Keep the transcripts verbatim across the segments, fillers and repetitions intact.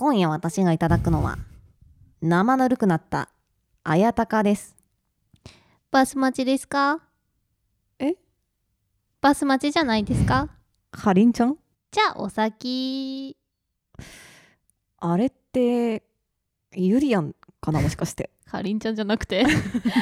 今夜私がいただくのは生ぬるくなったあやたかです。 バス待ちですか？ えバス待ちじゃないですか？ かりんちゃん、 じゃあお先。 あれってゆりやんかな、もしかして。 かりんちゃんじゃなくて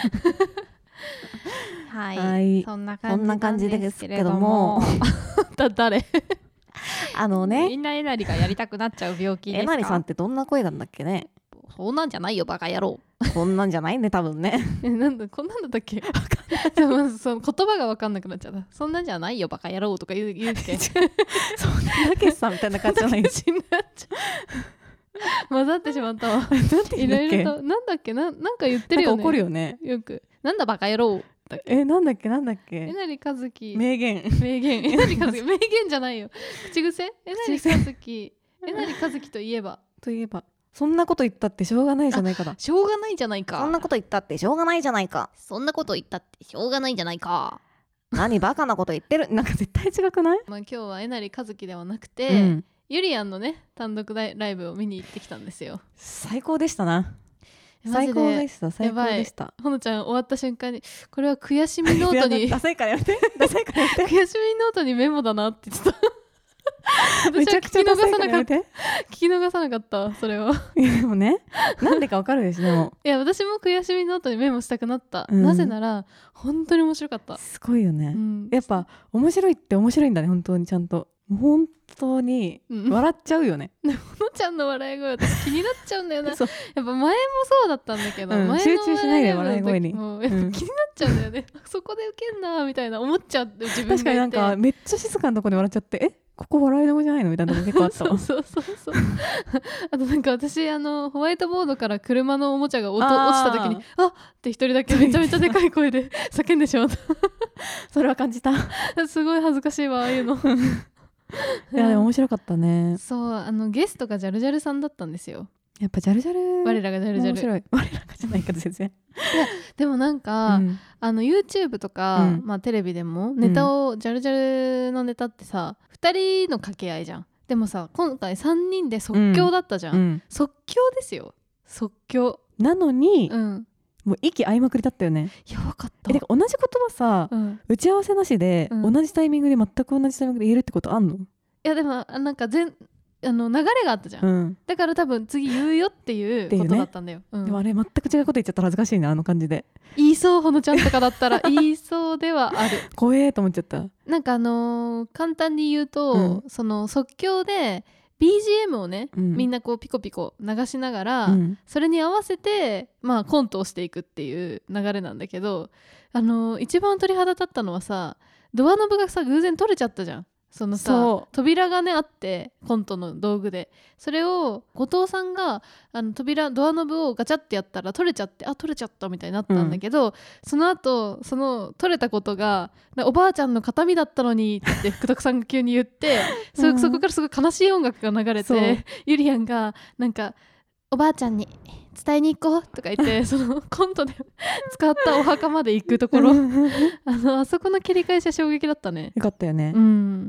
はい、 はい、 そんなそんな感じ感じなんでけれですすけれどどももだ誰あのみね、 んなえなりがやりたくなっちゃう病気ですか？ えなりさんってどんな声なんだっけね。 そんなんじゃないよバカ野郎こんなんじゃないね多分ねえなんだこんなんだったっけ？でもその言葉が分かんなくなっちゃった。そんなんじゃないよバカ野郎とか言う言うっけそんなたけしさんみたいな感じじゃない死んなっちゃう混ざってしまったわなんて言いろうんだっけ。 いろとなんだっけな、なんか言ってるよね。 なんか怒るよね。 よくなんだバカ野郎だっけ。 えなんだっけなんだっけ。 えなりかずき名言。 名言えなりかずき名言じゃないよ口癖。えなりかずきえなりかずきといえばといえばそんなこと言ったってしょうがないじゃないかだ。 しょうがないじゃないか。 そんなこと言ったってしょうがないじゃないか。 そんなこと言ったってしょうがないじゃないか。 何バカなこと言ってる。なんか絶対違くない？ まあ今日はえなりかずきではなくて、 うん、 ゆりやんのね単独ライライブを見に行ってきたんですよ。 最高でしたな。 マジで最高でした最高でした。 ほのちゃん終わった瞬間にこれは悔しみノートにダサいからやめてダサいからやめて悔しみノートにメモだなって言ってためちゃくちゃダサいからやめて。 聞き逃さなかったそれは。 いやでもね、なんでかわかるでしょ。でもいや私も悔しみノートにメモしたくなった、 うん、 なぜなら本当に面白かった。 すごいよね、 うん、 やっぱ面白いって面白いんだね本当に。ちゃんと本当に笑っちゃうよね、 うん、ほのちゃんの笑い声私気になっちゃうんだよなやっぱ前もそうだったんだけど、 うん、 前の集中しないで笑い声にもうやっぱ気になっちゃうんだよね、うん、そこでウケんなみたいな思っちゃって自分がいて。 確かになんかめっちゃ静かなとこで笑っちゃって、えここ笑いどこじゃないのみたいなの結構あったわそうそうそうそうあとなんか私あのホワイトボードから車のおもちゃが落落ちた時にあっって一人だけめちゃめちゃでかい声で叫んでしまったそれは感じたすごい恥ずかしいわああいうのいやでも面白かったね。 そうあのゲストがジャルジャルさんだったんですよ。 やっぱジャルジャル我らがジャルジャル面白い。我らがじゃないけど全然いやでもなんか、うん、あの YouTube とか、うんまあ、テレビでもネタを、うん、ジャルジャルのネタってさふたりの掛け合いじゃん。でもさ今回さんにんで即興だったじゃん、うん、即興ですよ即興なのに、 うん、 もう息合いまくりだったよね。 やばかった。 え、てか同じ言葉さ、うん、打ち合わせなしで、うん、同じタイミングで全く同じタイミングで言えるってことあんの？ いやでもなんか全あの流れがあったじゃん、うん、だから多分次言うよっていうことだったんだよ、ねうん、 でもあれ全く違うこと言っちゃったら恥ずかしいなあの感じで。 言いそうほのちゃんとかだったら言いそうではある怖えと思っちゃった。 なんかあのー、簡単に言うと、うん、その即興で ビージーエム をね、うん、みんなこうピコピコ流しながら、うん、それに合わせてまあコントをしていくっていう流れなんだけど、あのー、一番鳥肌立ったのはさドアノブがさ偶然取れちゃったじゃん。そのさ扉がねあってコントの道具でそれを後藤さんがあの扉ドアノブをガチャってやったら取れちゃってあ取れちゃったみたいになったんだけど、うん、その後その取れたことがおばあちゃんの形見だったのにって福徳さんが急に言ってそ, そこからすごい悲しい音楽が流れてゆりやんがなんかおばあちゃんに伝えに行こうとか言ってそのコントで使ったお墓まで行くところあのあそこの切り返しは衝撃だったね。 よかったよね、 うん、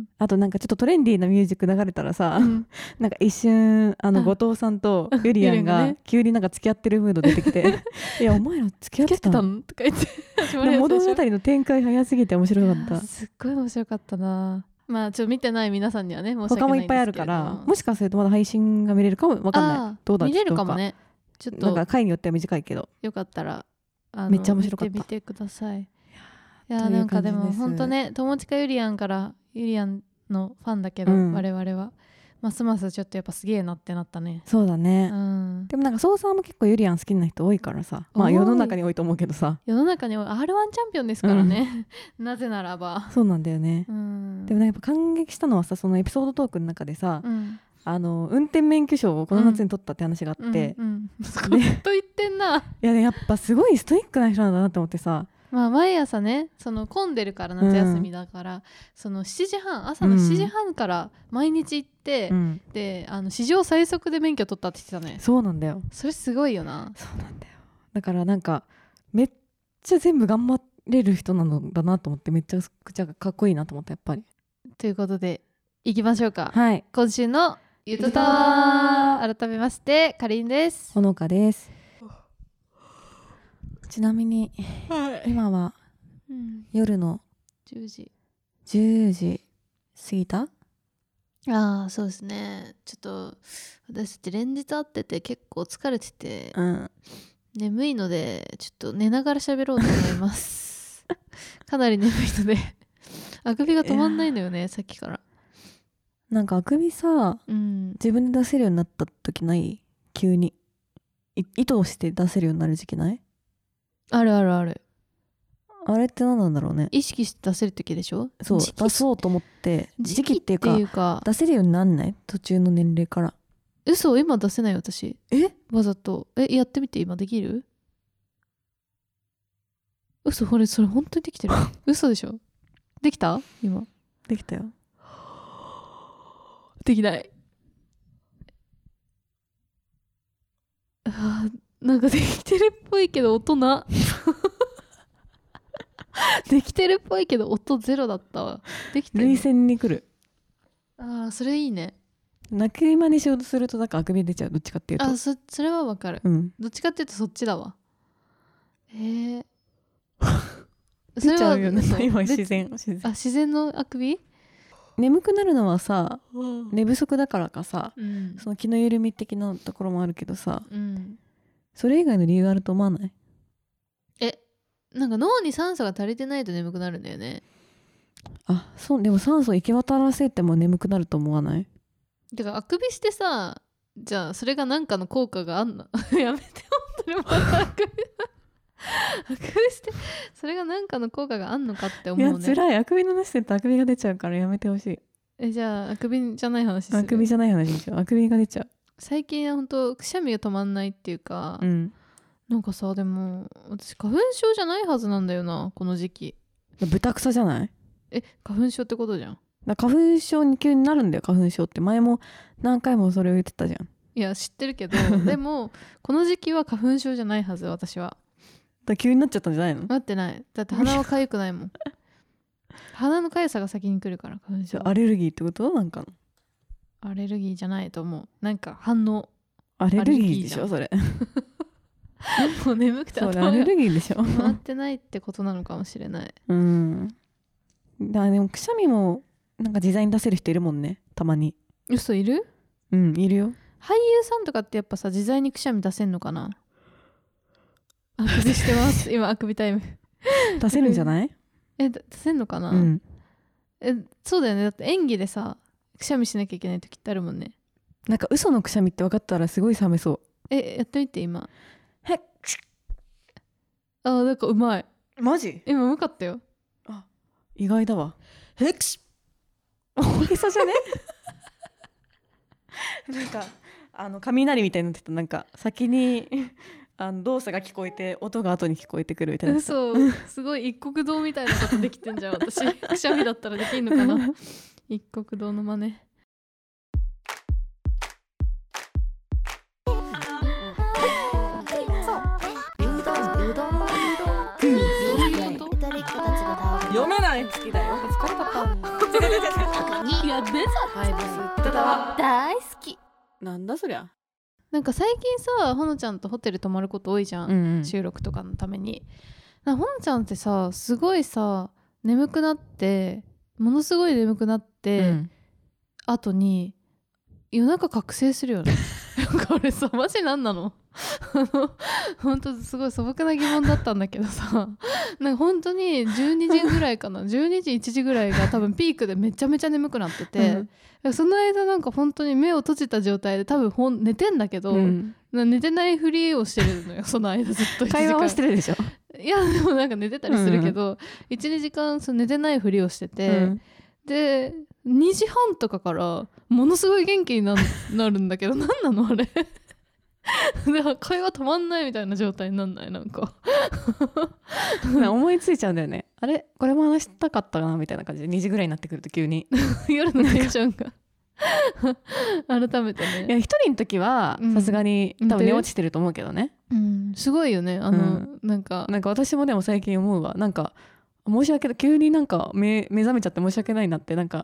あとなんかちょっとトレンディーなミュージック流れたらさ、うん、なんか一瞬あの後藤さんとゆりやんが急になんか付き合ってるムード出てきていやお前ら付き合ってたのとか言って物語の展開早すぎて面白かった。 すっごい面白かったな。まあちょっと見てない皆さんにはね申し訳ないんですけど他もいっぱいあるからもしかするとまだ配信が見れるかも分かんない。どうだ見れるかもね。ちょっとなんか回によっては短いけどよかったらあのめっちゃ面白かった。 見てみてください。いや, いやなんかでも本当ね友近ゆりやんからゆりやんのファンだけど、うん、我々はますますちょっとやっぱすげえなってなったね。 そうだね、 うん、 でもなんかソーサーも結構ゆりやん好きな人多いからさ、まあ世の中に多いと思うけどさ世の中に アールワン チャンピオンですからね、うん、なぜならばそうなんだよね、 うん、 でもねやっぱ感激したのはさそのエピソードトークの中でさ、 うんあの運転免許証をこの夏に取ったって話があって、 うんうんうん、ずっと言ってんな。いや、ね、やっぱすごいストイックな人なんだなと思ってさ、 まあ、毎朝ねその混んでるから夏休みだから、うん、そのしちじはん朝のしちじはんから毎日行って、うん、であの史上最速で免許取ったって言ってたね。 そうなんだよ。 それすごいよな。 そうなんだよ。だからなんかめっちゃ全部頑張れる人なのだなと思ってめっちゃくちゃかっこいいなと思ったやっぱり。 ということでいきましょうか。 はい、 今週のゆとたわ。改めましてかりんです。 ほのかです。ちなみに、はい、今は、うん、夜のじゅうじじゅうじ過ぎた？ ああそうですね。ちょっと私たち連日会ってて結構疲れてて、 うん、 眠いのでちょっと寝ながら喋ろうと思いますかなり眠いのであくびが止まんないのよね、さっきから。 なんかあくびさ、うん、自分で出せるようになった時ない？急に意図して出せるようになる時期ない？ あるあるある。 あれって何なんだろうね。 意識して出せる時でしょ。 そう、出そうと思って時期っていうか、 いうか出せるようになんない？途中の年齢から。 嘘、今出せない私。 えわざと。えやってみて。今できる？嘘、これそれ本当にできてる嘘でしょ。できた？今できたよ。 できない。あ、なんかできてるっぽいけど音なできてるっぽいけど音ゼロだったわ。できてる。 涙腺に来る。 ああそれいいね。 泣き真似しようとするとなんかあくび出ちゃう。どっちかっていうと。 あ そ, それはわかる、うん、どっちかっていうとそっちだわ。えー出ちゃうよね今自然自然あ自然のあくび。 眠くなるのはさ、うん、寝不足だからかさ、うん、その気の緩み的なところもあるけどさ、うん、それ以外の理由あると思わない？ えなんか脳に酸素が足りてないと眠くなるんだよね。 あそうでも酸素行き渡らせても眠くなると思わない？ だからあくびしてさ、じゃあそれが何かの効果があんのやめて本当にまたあくびあくびしてそれが何かの効果があんのかって思うね。 いや辛い。あくびの話してるとあくびが出ちゃうからやめてほしい。 えじゃああくびじゃない話する。 あくびじゃない話でしょ。あくびが出ちゃう。 最近は本当くしゃみが止まんないっていうか、うん、なんかさでも私花粉症じゃないはずなんだよなこの時期。 豚草じゃない？ え花粉症ってことじゃん。 だ花粉症に急になるんだよ。花粉症って前も何回もそれを言ってたじゃん。 いや知ってるけどでもこの時期は花粉症じゃないはず。私はだ急になっちゃったんじゃないの？ なってない。だって鼻は痒くないもん鼻の痒さが先に来るから。花粉症アレルギーってこと？なんかのアレルギーじゃないと思う。なんか反応。 アレルギーでしょそれもう眠くて頭がアレルギーでしょ回ってないってことなのかもしれない。 うんだでもくしゃみもなんか自在に出せる人いるもんねたまに。 嘘いる？ うんいるよ。 俳優さんとかってやっぱさ自在にくしゃみ出せんのかな。あくびしてます今あくびタイム出せるんじゃない？ え出せんのかな、 うん、 えそうだよね。だって演技でさくしゃみしなきゃいけない時ってあるもんね。 なんか嘘のくしゃみって分かったらすごい冷めそう。 えやってみて今。 へっあなんかうまい。 マジ？ 今うまかったよ。 あ意外だわ。へっ大げさじゃねなんかあの雷みたいになってた。なんか先にあの動作が聞こえて音が後に聞こえてくるみたいな。 そうすごい一国堂みたいなことできてんじゃん私くしゃみだったらできんのかな一国堂の真似。 読めない。好きだよ。疲れたいや別は大好き。なんだそりゃ。 なんか最近さほのちゃんとホテル泊まること多いじゃん、うんうん、収録とかのために。ほのちゃんってさすごいさ眠くなってものすごい眠くなって、うん、後に夜中覚醒するよねこれさマジなんなの本当すごい素朴な疑問だったんだけどさなんか本当にじゅうにじぐらいかなじゅうにじいちじぐらいが多分ピークでめちゃめちゃ眠くなってて、うん、その間なんか本当に目を閉じた状態で多分ほん寝てんだけど、うん、寝てないふりをしてるのよその間ずっといちじかん会話はしてるでしょ。 いやでもなんか寝てたりするけど、うん、いちにじかんその寝てないふりをしてて、うん、でにじはんとかからものすごい元気に な, なるんだけど何なのあれで会話止まんないみたいな状態になんない？なんか思いついちゃうんだよね。あれこれも話したかったなみたいな感じでにじぐらいになってくると急に夜のテンションが改めてね。 いや一人の時はさすがに、うん、多分寝落ちてると思うけどね、 うん、すごいよねあの、うん、なんかなんか私もでも最近思うわ。なんか申し訳ない急になんか 目, 目覚めちゃって申し訳ないなってなんか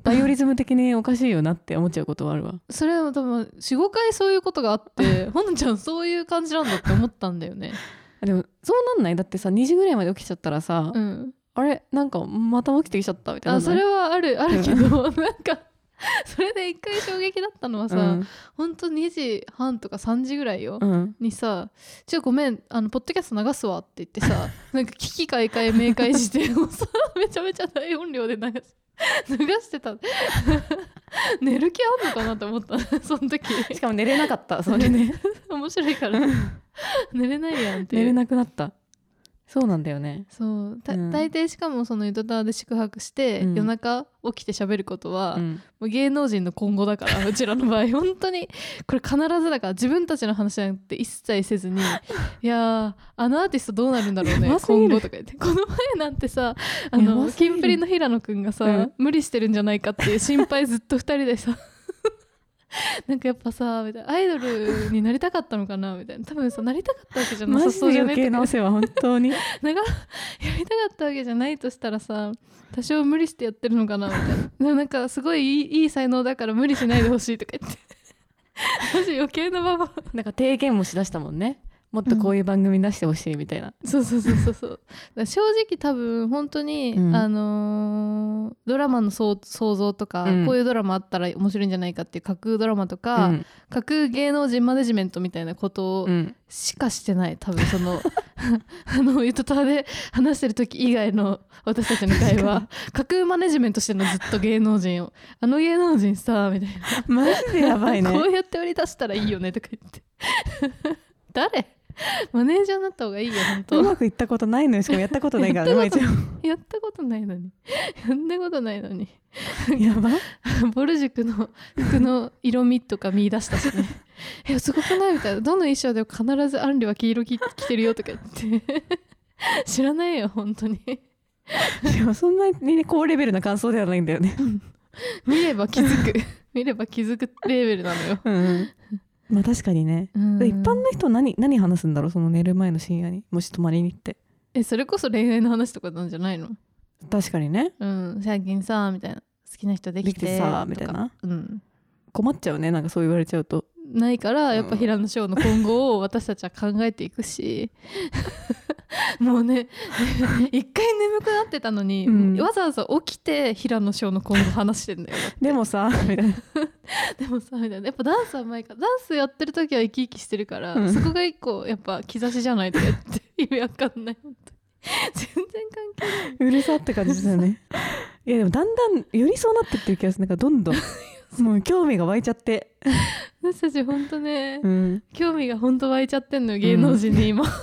バイオリズム的におかしいよなって思っちゃうことはあるわ。 それは多分 よん,ご 回そういうことがあってほのちゃんそういう感じなんだって思ったんだよね。 でもそうなんない？だってさにじぐらいまで起きちゃったらさ、 うん、 あれなんかまた起きてきちゃったみたいな。 あそれはあるあるけどなんかそれで一回衝撃だったのはさ、うん、ほんとにじはんとかさんじぐらいよ、うん、にさちょっとごめんあのポッドキャスト流すわって言ってさなんか危機開会明快してもさめちゃめちゃ大音量で流し流してた寝る気あんのかなと思ったその時。 しかも寝れなかったそれね面白いから寝れないやんっていう。 寝れなくなった。そうなんだよね。 そう、うん、大抵しかもそのゆとたわで宿泊して、うん、夜中起きて喋ることは、うん、もう芸能人の今後だからうちらの場合本当にこれ必ずだから自分たちの話なんて一切せずにいやあのアーティストどうなるんだろうね今後とか言って、この前なんてさあのキンプリの平野くんがさ、うん、無理してるんじゃないかっていう心配ずっとふたりでさなんかやっぱさみたいなアイドルになりたかったのかなみたいな、多分さなりたかったわけじゃなさそうじゃない。 マジで余計なお世話本当になんかやりたかったわけじゃないとしたらさ多少無理してやってるのかなみたいなでもなんかすごいいい、いい才能だから無理しないでほしいとか言ってマジ余計なババなんか提言もしだしたもんね。もっとこういう番組出してほしいみたいな、 うん、そうそうそうそうそうだ正直多分本当に、うん、あのー、ドラマの想像とか、うん、こういうドラマあったら面白いんじゃないかっていう架空ドラマとか、うん、架空芸能人マネジメントみたいなことしかしてない多分そのあのゆとたわで話してる時以外の私たちの会話架空マネジメントしてるのずっと芸能人をあの芸能人さみたいなマジでやばいねこうやって売り出したらいいよねとか言って誰マネージャーになった方がいいよ本当。 うまくいったことないのにしかもやったことないからね。 やったことないのにやったことないのにやばボル塾の服の色味とか見出したしねえすごくないみたいな、どの衣装でも必ずアンリは黄色着てるよとか言って知らないよ本当に。 でもそんなに、ね、高レベルな感想ではないんだよね見れば気づく見れば気づくレベルなのよ、うんまあ確かにね、うん、一般の人何何話すんだろうその寝る前の深夜にもし泊まりに行って。 えそれこそ恋愛の話とかなんじゃないの。 確かにね、 うん、最近さみたいな好きな人できてできてさみたいな、 うん、 困っちゃうねなんかそう言われちゃうと。 ないからやっぱ平野紫耀の今後を私たちは考えていくしもうね一回眠くなってたのに、うん、わざわざ起きて平野紫耀の今後話してんだよでもさみたいなでもさみたいなやっぱダンスは前からダンスやってる時は生き生きしてるから、うん、そこが一個やっぱ兆しじゃないとかって意味わかんない本当に全然関係ないうるさって感じだよねいやでもだんだんよりそうなってってる気がする。なんかどんどんもう興味が湧いちゃって私たちほんとね、うん、興味がほんと湧いちゃってんのよ芸能人に今、うん、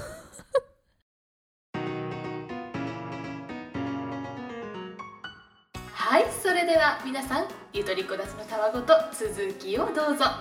はいそれでは皆さんゆとりこだちのたわごと続きをどうぞ。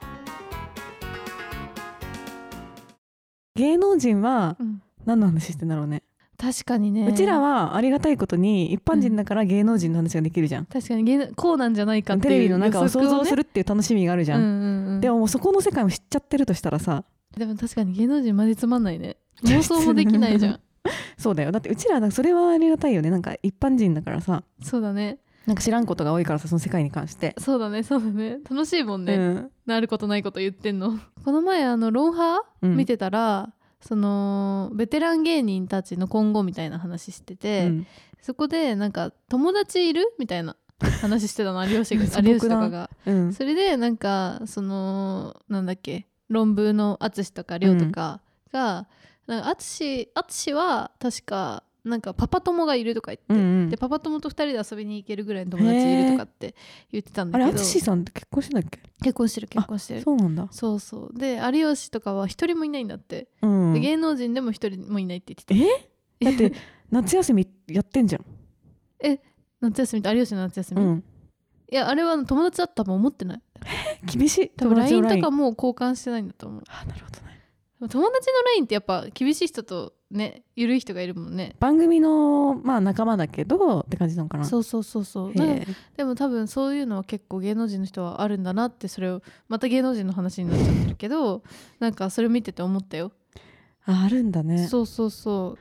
芸能人は何の話してんだろうね。 確かにねうちらはありがたいことに一般人だから芸能人の話ができるじゃん、うん、 確かに芸こうなんじゃないかっていうテレビの中を想像するっていう楽しみがあるじゃん、うんうんうん、でももうそこの世界も知っちゃってるとしたらさ。 でも確かに芸能人マジつまんないね。妄想もできないじゃんそうだよ。だってうちらそれはありがたいよね。なんか一般人だからさ。 そうだね。 なんか知らんことが多いからさその世界に関して。 そうだねそうだね楽しいもんね、うん、なることないこと言ってんの。この前あのロンハー、うん、見てたらそのベテラン芸人たちの今後みたいな話してて、うん、そこでなんか友達いるみたいな話してたの有吉が有吉とかが、うん、それでなんかそのなんだっけ論文の淳とか亮とかが、うん、なんか淳淳は確かなんかパパ友がいるとか言って、うんうん、でパパ友とふたりで遊びに行けるぐらいの友達いるとかって言ってたんだけど。 あれ淳さんって結婚してんだっけ。 結婚してる結婚してる。 そうなんだ。 そうそうで有吉とかは一人もいないんだって、うん、で芸能人でも一人もいないって言ってた。えだって夏休みやってんじゃんえ夏休みって有吉の夏休み、うん、いやあれは友達だったと思ってない。 厳しい。 多分 ライン とかもう交換してないんだと思う。 あなるほどね。 友達の ライン ってやっぱ厳しい人とね緩い人がいるもんね。 番組のまあ仲間だけどって感じなのかな。 そうそうそうそう。でも多分そういうのは結構芸能人の人はあるんだなって、それをまた芸能人の話になっちゃってるけどなんかそれ見てて思ったよ。 ああるんだね。 そうそうそう。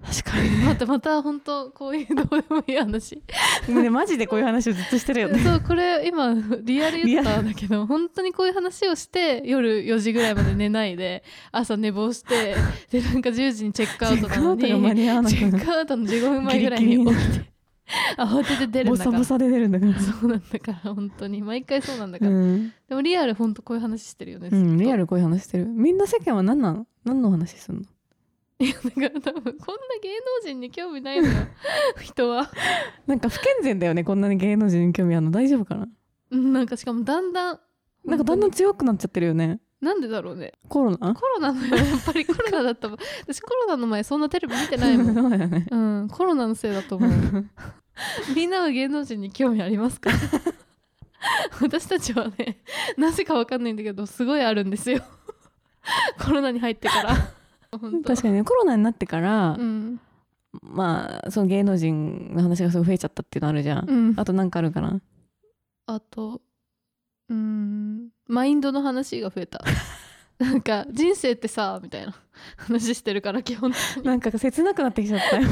確かにまたまた本当こういうどうでもいい話ね、マジでこういう話をずっとしてるよねそうこれ今リアル言ったんだけど本当にこういう話をして夜よじぐらいまで寝ないで朝寝坊してでなんかじゅうじにチェックアウトなのにチェックアウトのじゅうごふんまえぐらいに起きて慌てて出るんだからボサボサで出るんだからそうなんだから本当に毎回そうなんだから、うん、でもリアル本当こういう話してるよね、 うん、リアルこういう話してる。みんな世間は何なの何の話するの？ いやだから多分こんな芸能人に興味ないのよ人はなんか不健全だよねこんなに芸能人に興味あるの。大丈夫かな？ なんかしかもだんだんなんかだんだん強くなっちゃってるよね。 なんでだろうね。 コロナコロナのやっぱりコロナだったもん私コロナの前そんなテレビ見てないもんそうだよね、 うん、コロナのせいだと思うみんなは芸能人に興味ありますか私たちはねなぜかわかんないんだけどすごいあるんですよコロナに入ってから確かにねコロナになってから、 うん、 まあその芸能人の話がすごい増えちゃったっていうのあるじゃん、うん、あとなんかあるかな。 あとうーんマインドの話が増えたなんか人生ってさみたいな話してるから基本的になんか切なくなってきちゃったよ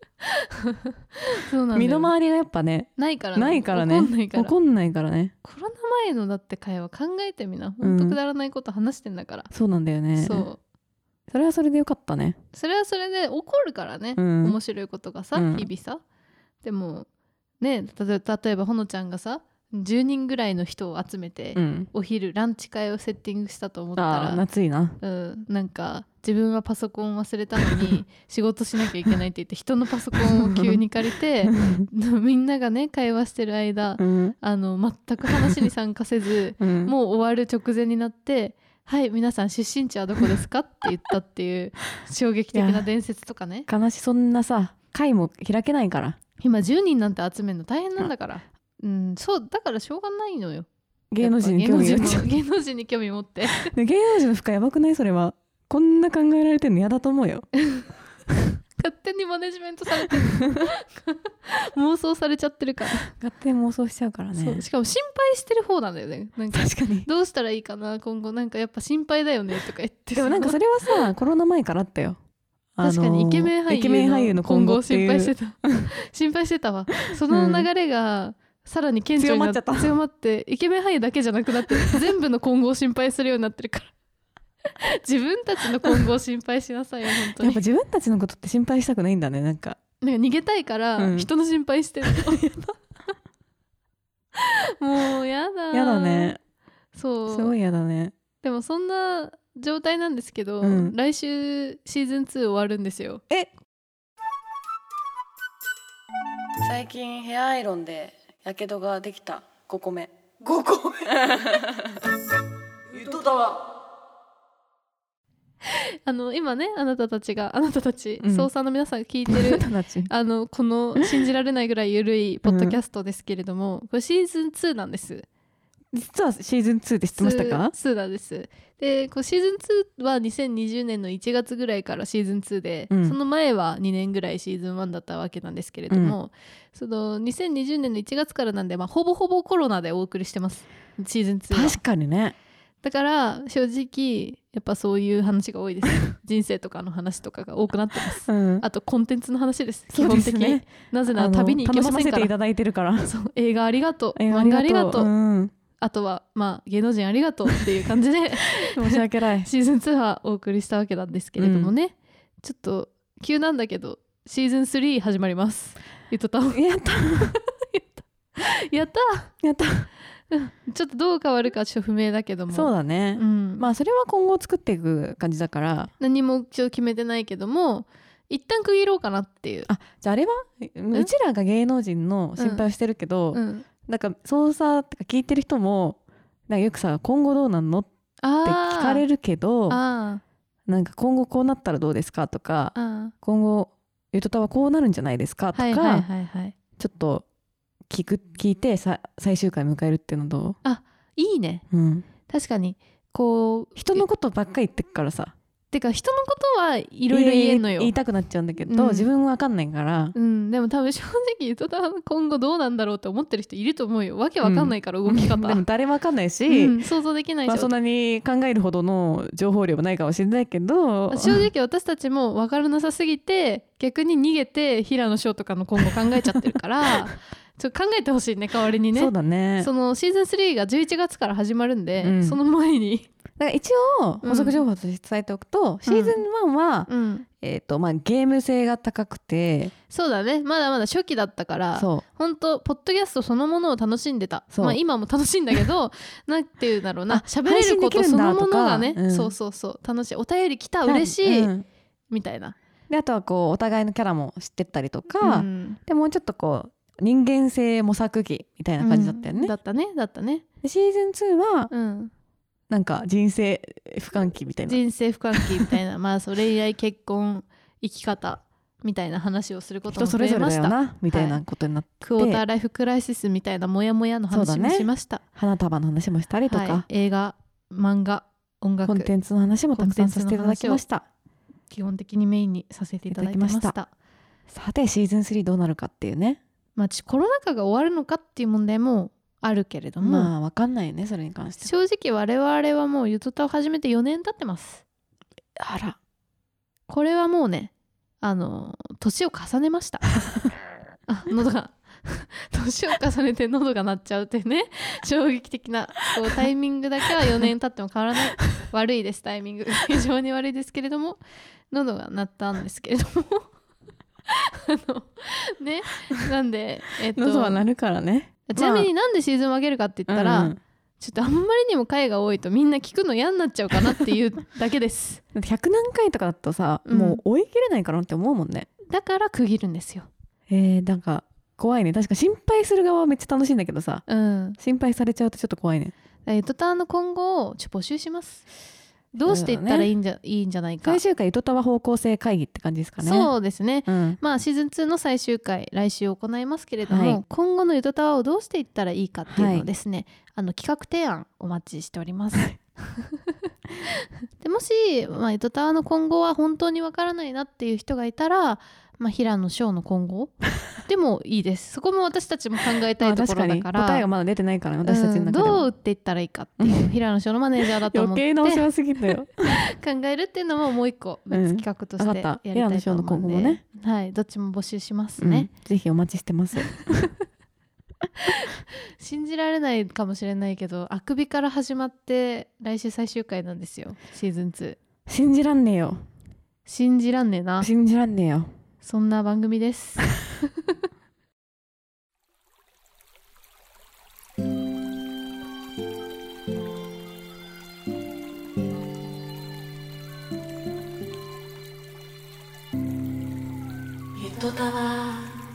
そうなんだよ。 身の回りがやっぱねないからねないからね怒んないから怒んないからね。 コロナ前のだって会話考えてみなほんとくだらないこと話してんだから、 うん、そうなんだよね。そうそれはそれでよかったね。 それはそれで怒るからね、うん、面白いことがさ、うん、日々さでもね例えばほのちゃんがさじゅうにんぐらいの人を集めて、うん、お昼ランチ会をセッティングしたと思ったらあ夏いな、 うん、なんか自分はパソコン忘れたのに仕事しなきゃいけないって言って人のパソコンを急に借りてみんながね会話してる間、うん、あの全く話に参加せず、うん、もう終わる直前になってはい皆さん出身地はどこですかって言ったっていう衝撃的な伝説とかね。 悲しい。そんなさ会も開けないから今じゅうにんなんて集めるの大変なんだから。うん、そうだからしょうがないのよ。 芸能人に興味持って芸能人に興味持って芸能人の負荷やばくない？それはこんな考えられてるの嫌だと思うよ勝手にマネジメントされてる妄想されちゃってるから勝手に妄想しちゃうからね。 そうしかも心配してる方なんだよね。なんか確かにどうしたらいいかな今後なんかやっぱ心配だよねとか言ってでもなんかそれはさコロナ前からあったよ。 確かにイケメン俳優の今後を心配してた心配してたわ。その流れが、うんさらに顕著になって強まってイケメン俳優だけじゃなくなって全部の今後を心配するようになってるから自分たちの今後を心配しなさいよ本当に。 やっぱ自分たちのことって心配したくないんだね。なんかなんか逃げたいから人の心配してるの、うん、もうやだやだね。 そうすごいやだね。 でもそんな状態なんですけど、うん、来週シーズンツー終わるんですよ。 え最近ヘアアイロンでやけどができたごこめごこめ言っとったわあの今ねあなたたちがあなたたち捜査、うん、の皆さんが聞いてるあのこの信じられないぐらいゆるいポッドキャストですけれども、うん、これシーズンツーなんです。 実はシーズンツーで知ってましたか？ ツーなんです。でこうシーズンツーはにせんにじゅうねんのいちがつぐらいからシーズンツーで、うん、その前はにねんぐらいシーズンワンだったわけなんですけれども、うん、そのにせんにじゅうねんのいちがつからなんで、まあ、ほぼほぼコロナでお送りしてますシーズンツーは。 確かにね。 だから正直やっぱそういう話が多いです人生とかの話とかが多くなってます、うん、あとコンテンツの話です基本的に、ね、なぜなら旅に行けませんから。楽しませていただいてるからそう映画ありがとう漫画ありがとう、うんあとはまあ芸能人ありがとうっていう感じで申し訳ないシーズンツーはお送りしたわけなんですけれどもね、うん、ちょっと急なんだけどシーズンスリー始まります。言っとったやったやったやったちょっとどう変わるかちょっと不明だけどもそうだね、うん、まあそれは今後作っていく感じだから何もちょっと決めてないけども一旦区切ろうかなっていう。 あじゃああれはうちらが芸能人の心配をしてるけど、うんうんなんか捜査とか聞いてる人もなんかよくさ今後どうなんのって聞かれるけどなんか今後こうなったらどうですかとか今後ゆとたはこうなるんじゃないですかとか、はいはいはいはい、ちょっと聞く聞いてさ最終回迎えるっていうのどう？ あいいね、うん、確かにこう人のことばっかり言ってくからさてか人のことはいろいろ言えんのよ、 言いたくなっちゃうんだけど、うん、自分は分かんないから、 うん、でも多分正直ゆとたわ今後どうなんだろうって思ってる人いると思うよ。わけ分かんないから動き方、うん、 でも誰も分かんないし、 うん、想像できないし、 まあ、そんなに考えるほどの情報量もないかもしれないけど、 正直私たちも分からなさすぎて逆に逃げて平野翔とかの今後考えちゃってるからちょっと考えてほしいね、代わりにね。 そうだね。 そのシーズンスリーがじゅういちがつから始まるんで、うん、その前にだから一応補足情報として伝えておくと、うん、シーズンワンは、うん、えーとまあ、ゲーム性が高くて、 そうだね、まだまだ初期だったから本当ポッドキャストそのものを楽しんでた。まあ、今も楽しいんだけどなんていうんだろうな、喋れることそのものがね、うん、そうそうそう楽しい、お便り来た嬉しい、うん、みたいな。 であとはこうお互いのキャラも知ってったりとか、うん、でもうちょっとこう人間性模索期みたいな感じだったよね、うん、 だったねだったね。 でシーズンツーは、うん、なんか人生不換期みたいな人生不換期みたいなまあそれ恋愛結婚生き方みたいな話をすることも増えました。人それぞれだよなみたいなことになって、はい、クォーターライフクライシスみたいなモヤモヤの話もしました、ね、 花束の話もしたりとか、はい、 映画漫画音楽コンテンツの話もたくさんさせていただきました。 基本的にメインにさせていただきました。いただきました。 さてシーズンスリーどうなるかっていうね、 まあ、コロナ禍が終わるのかっていう問題もあるけれども、 まあ分かんないよねそれに関して。 正直我々はもうゆとたを始めてよねん経ってます。 あら、 これはもうね、あの年を重ねましたあ、喉が年を重ねて喉が鳴っちゃうってね衝撃的なこうタイミングだけはよねん経っても変わらない悪いです、タイミング非常に悪いですけれども喉が鳴ったんですけれどもあのね、なんで、えっと、 喉は鳴るからね。 ちなみになんでシーズン分けるかって言ったら、まあうんうん、ちょっとあんまりにも回が多いとみんな聞くの嫌になっちゃうかなっていうだけですひゃく何回とかだとさ、うん、もう追い切れないかなって思うもんね。 だから区切るんですよ。 えー、なんか怖いね。確か心配する側はめっちゃ楽しいんだけどさ、うん、心配されちゃうとちょっと怖いね。 ゆとたわの今後をちょ募集します。どうしていったらいいんじゃ、ね、いいんじゃないか。 最終回ゆとたわ方向性会議って感じですかね。 そうですね、うん、まあシーズンツーの最終回来週行いますけれども、はい、今後のゆとたわをどうしていったらいいかっていうのをですね、はい、あの企画提案お待ちしておりますでもし、まあ、ゆとたわの今後は本当にわからないなっていう人がいたら、まあ、平野翔の今後でもいいです。そこも私たちも考えたいところだから、 まあ、答えがまだ出てないから、私たちの中でも、 うん、どう打っていったらいいかっていう平野翔のマネージャーだと思って余計なお世話すぎたよ考えるっていうのももう一個別企画としてやりたいと思うので、うん、平野翔の今後もね、はい、どっちも募集しますね、 うん、ぜひお待ちしてます信じられないかもしれないけど、あくびから始まって来週最終回なんですよ、シーズンツー。信じらんねえよ。 信じらんねえな。 信じらんねえよ。 そんな番組ですゆとたわ。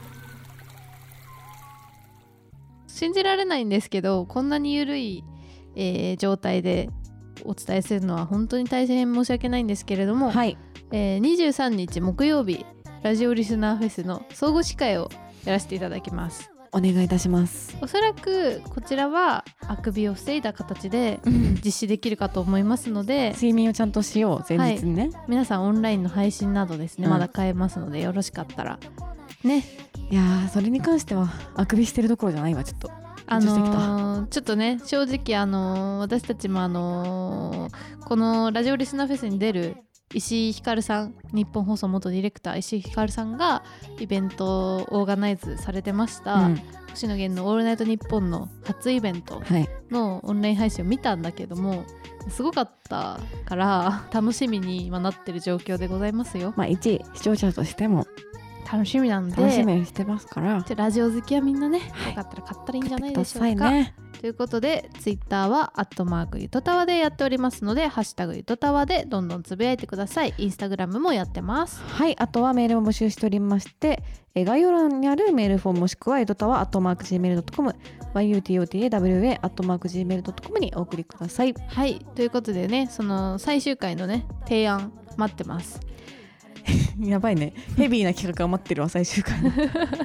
信じられないんですけど、こんなに緩い、えー、状態でお伝えするのは本当に大変申し訳ないんですけれども、はい、えー、にじゅうさんにち木曜日ラジオリスナーフェスの総合司会をやらせていただきます。 お願いいたします。 おそらくこちらはあくびを防いだ形で実施できるかと思いますので、 睡眠をちゃんとしよう、前日にね、 はい、皆さんオンラインの配信などですね、うん、まだ買えますのでよろしかったらね。 いやー、それに関してはあくびしてるどころじゃないわ。ちょっとあのー、ちょっとね、正直、あのー、私たちも、あのー、このラジオリスナーフェスに出る石井ひかるさん、日本放送元ディレクター石井ひかるさんがイベントをオーガナイズされてました、うん、星野源のオールナイトニッポンの初イベントのオンライン配信を見たんだけども、はい、すごかったから楽しみに今なってる状況でございますよ。 まあ一視聴者としても楽しみなんで、 楽しみにしてますから、 ラジオ好きはみんなね、はい、よかったら買ったらいいんじゃないでしょうか、ね、ということでツイッターはアットマークゆとたわでやっておりますので、ハッシュタグゆとたわでどんどんつぶやいてください。インスタグラムもやってます。 はい、あとはメールも募集しておりまして、え概要欄にあるメールフォームもしくはゆとたわアットマーク ジーメールドットコム ワイユーティーオーティーエーダブリューエー アットマーク ジーメールドットコム にお送りください。 はい、ということでね、その最終回のね提案待ってますやばいね、ヘビーな企画が待ってるわ最終回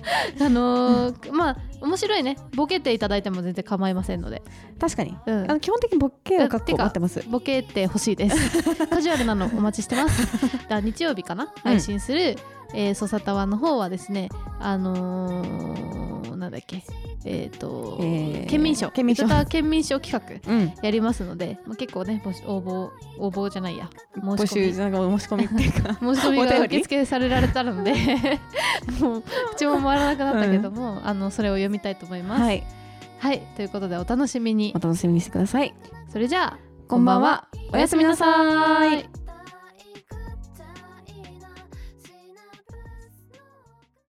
あのー、まあ面白いね、ボケていただいても全然構いませんので。 確かに、うん、あの基本的にボケを確保待ってます。 ボケって欲しいですカジュアルなのお待ちしてますだ日曜日かな、配信する、うん、えー、ソサタワの方はですね、あのー、なんだっけ、えーとえー、県民賞県民賞県民賞企画やりますので、うん、まあ、結構ね応募応募じゃないや申し込み募集なんか申し込みっていうか申し込みが受付されられたのでもう口も回らなくなったけども、うん、あのそれを読みたいと思います。はい、はい、ということでお楽しみにお楽しみにしてください。 それじゃあこんばんは、おやすみなさい。